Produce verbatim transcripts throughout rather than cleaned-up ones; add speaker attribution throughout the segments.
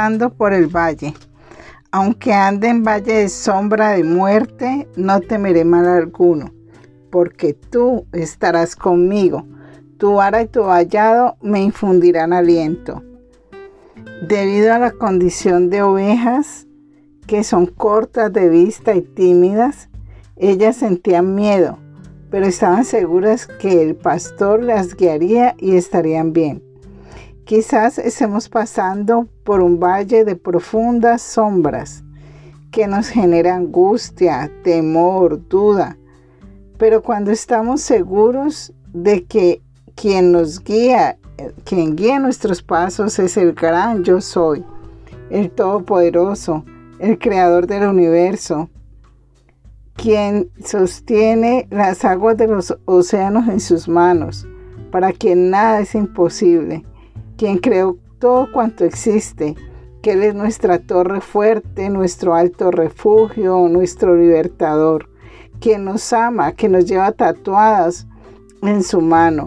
Speaker 1: pasando por el valle. Aunque ande en valle de sombra de muerte, no temeré mal alguno, porque tú estarás conmigo. Tu vara y tu vallado me infundirán aliento. Debido a la condición de ovejas, que son cortas de vista y tímidas, ellas sentían miedo, pero estaban seguras que el pastor las guiaría y estarían bien. Quizás estemos pasando por un valle de profundas sombras que nos genera angustia, temor, duda. Pero cuando estamos seguros de que quien nos guía, quien guía nuestros pasos es el gran yo soy, el Todopoderoso, el Creador del universo, quien sostiene las aguas de los océanos en sus manos, para quien nada es imposible, quien creó todo cuanto existe, que Él es nuestra torre fuerte, nuestro alto refugio, nuestro libertador, quien nos ama, que nos lleva tatuadas en su mano,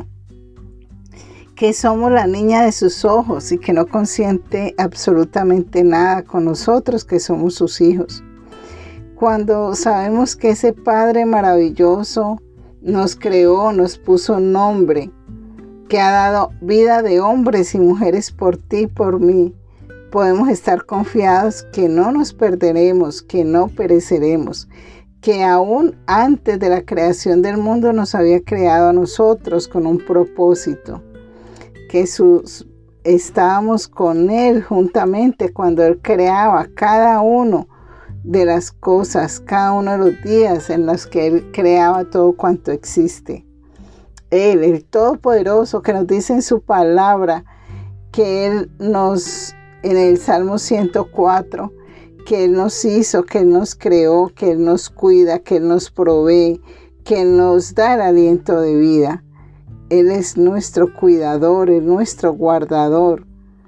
Speaker 1: que somos la niña de sus ojos y que no consiente absolutamente nada con nosotros, que somos sus hijos. Cuando sabemos que ese Padre maravilloso nos creó, nos puso nombre, que ha dado vida de hombres y mujeres por ti y por mí, podemos estar confiados que no nos perderemos, que no pereceremos, que aún antes de la creación del mundo nos había creado a nosotros con un propósito, que sus, estábamos con Él juntamente cuando Él creaba cada uno de las cosas, cada uno de los días en los que Él creaba todo cuanto existe. Él, el Todopoderoso, que nos dice en su palabra que Él nos, en el Salmo ciento cuatro, que Él nos hizo, que Él nos creó, que Él nos cuida, que Él nos provee, que Él nos da el aliento de vida. Él es nuestro cuidador, es nuestro guardador.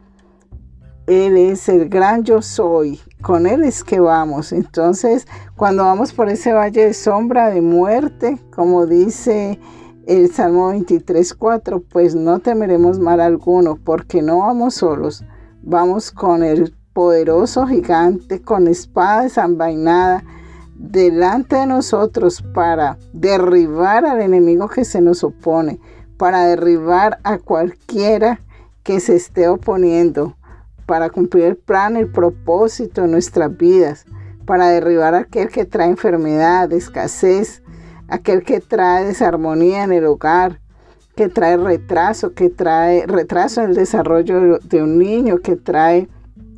Speaker 1: Él es el gran yo soy. Con Él es que vamos. Entonces, cuando vamos por ese valle de sombra de muerte, como dice el Salmo veintitrés, cuatro, pues no temeremos mal alguno, porque no vamos solos. Vamos con el poderoso gigante, con espada desenvainada, delante de nosotros para derribar al enemigo que se nos opone, para derribar a cualquiera que se esté oponiendo, para cumplir el plan, el propósito de nuestras vidas, para derribar a aquel que trae enfermedad, escasez, aquel que trae desarmonía en el hogar, que trae retraso, que trae retraso en el desarrollo de un niño, que trae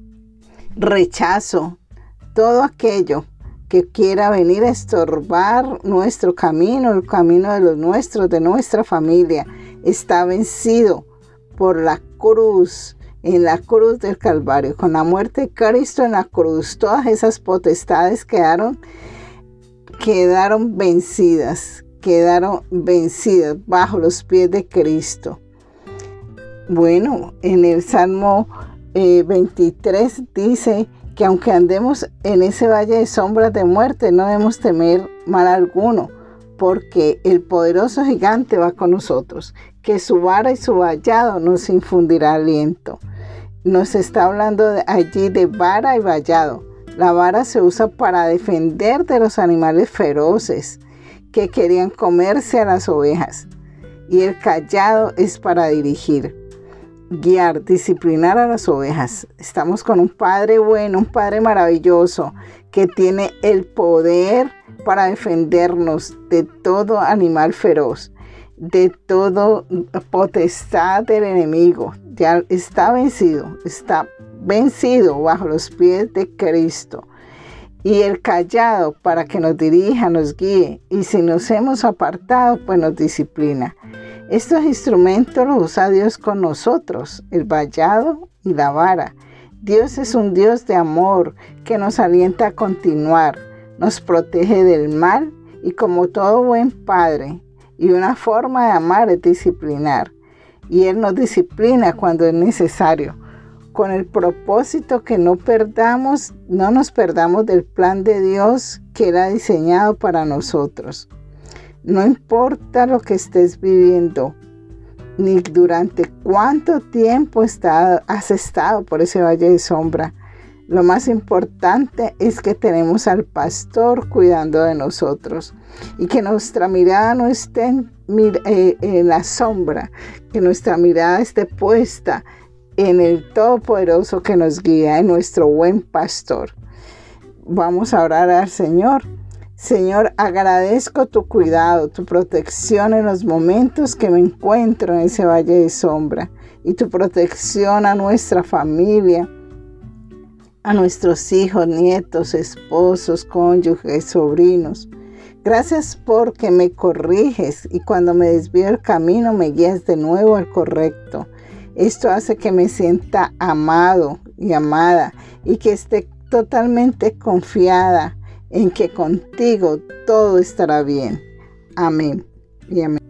Speaker 1: rechazo, todo aquello que quiera venir a estorbar nuestro camino, el camino de los nuestros, de nuestra familia, está vencido por la cruz, en la cruz del Calvario, con la muerte de Cristo en la cruz. Todas esas potestades quedaron, quedaron vencidas, quedaron vencidas bajo los pies de Cristo. Bueno, en el Salmo eh, veintitrés dice que aunque andemos en ese valle de sombras de muerte, no debemos temer mal alguno, porque el poderoso gigante va con nosotros, que su vara y su vallado nos infundirá aliento. Nos está hablando de allí de vara y vallado. La vara se usa para defender de los animales feroces que querían comerse a las ovejas, y el cayado es para dirigir, guiar, disciplinar a las ovejas. Estamos con un Padre bueno, un Padre maravilloso, que tiene el poder para defendernos de todo animal feroz, de toda potestad del enemigo. Ya está vencido, está vencido bajo los pies de Cristo. Y el cayado para que nos dirija, nos guíe. Y si nos hemos apartado, pues nos disciplina. Estos instrumentos los usa Dios con nosotros, el vallado y la vara. Dios es un Dios de amor que nos alienta a continuar, nos protege del mal y como todo buen padre, y una forma de amar es disciplinar. Y Él nos disciplina cuando es necesario, con el propósito que no perdamos, no nos perdamos del plan de Dios que Él ha diseñado para nosotros. No importa lo que estés viviendo, ni durante cuánto tiempo está, has estado por ese valle de sombra. Lo más importante es que tenemos al pastor cuidando de nosotros y que nuestra mirada no esté en, eh, en la sombra, que nuestra mirada esté puesta en el Todopoderoso que nos guía, en nuestro buen pastor. Vamos a orar al Señor. Señor, agradezco tu cuidado, tu protección en los momentos que me encuentro en ese valle de sombra y tu protección a nuestra familia, a nuestros hijos, nietos, esposos, cónyuges, sobrinos. Gracias porque me corriges y cuando me desvío del camino me guías de nuevo al correcto. Esto hace que me sienta amado y amada y que esté totalmente confiada en que contigo todo estará bien. Amén y amén.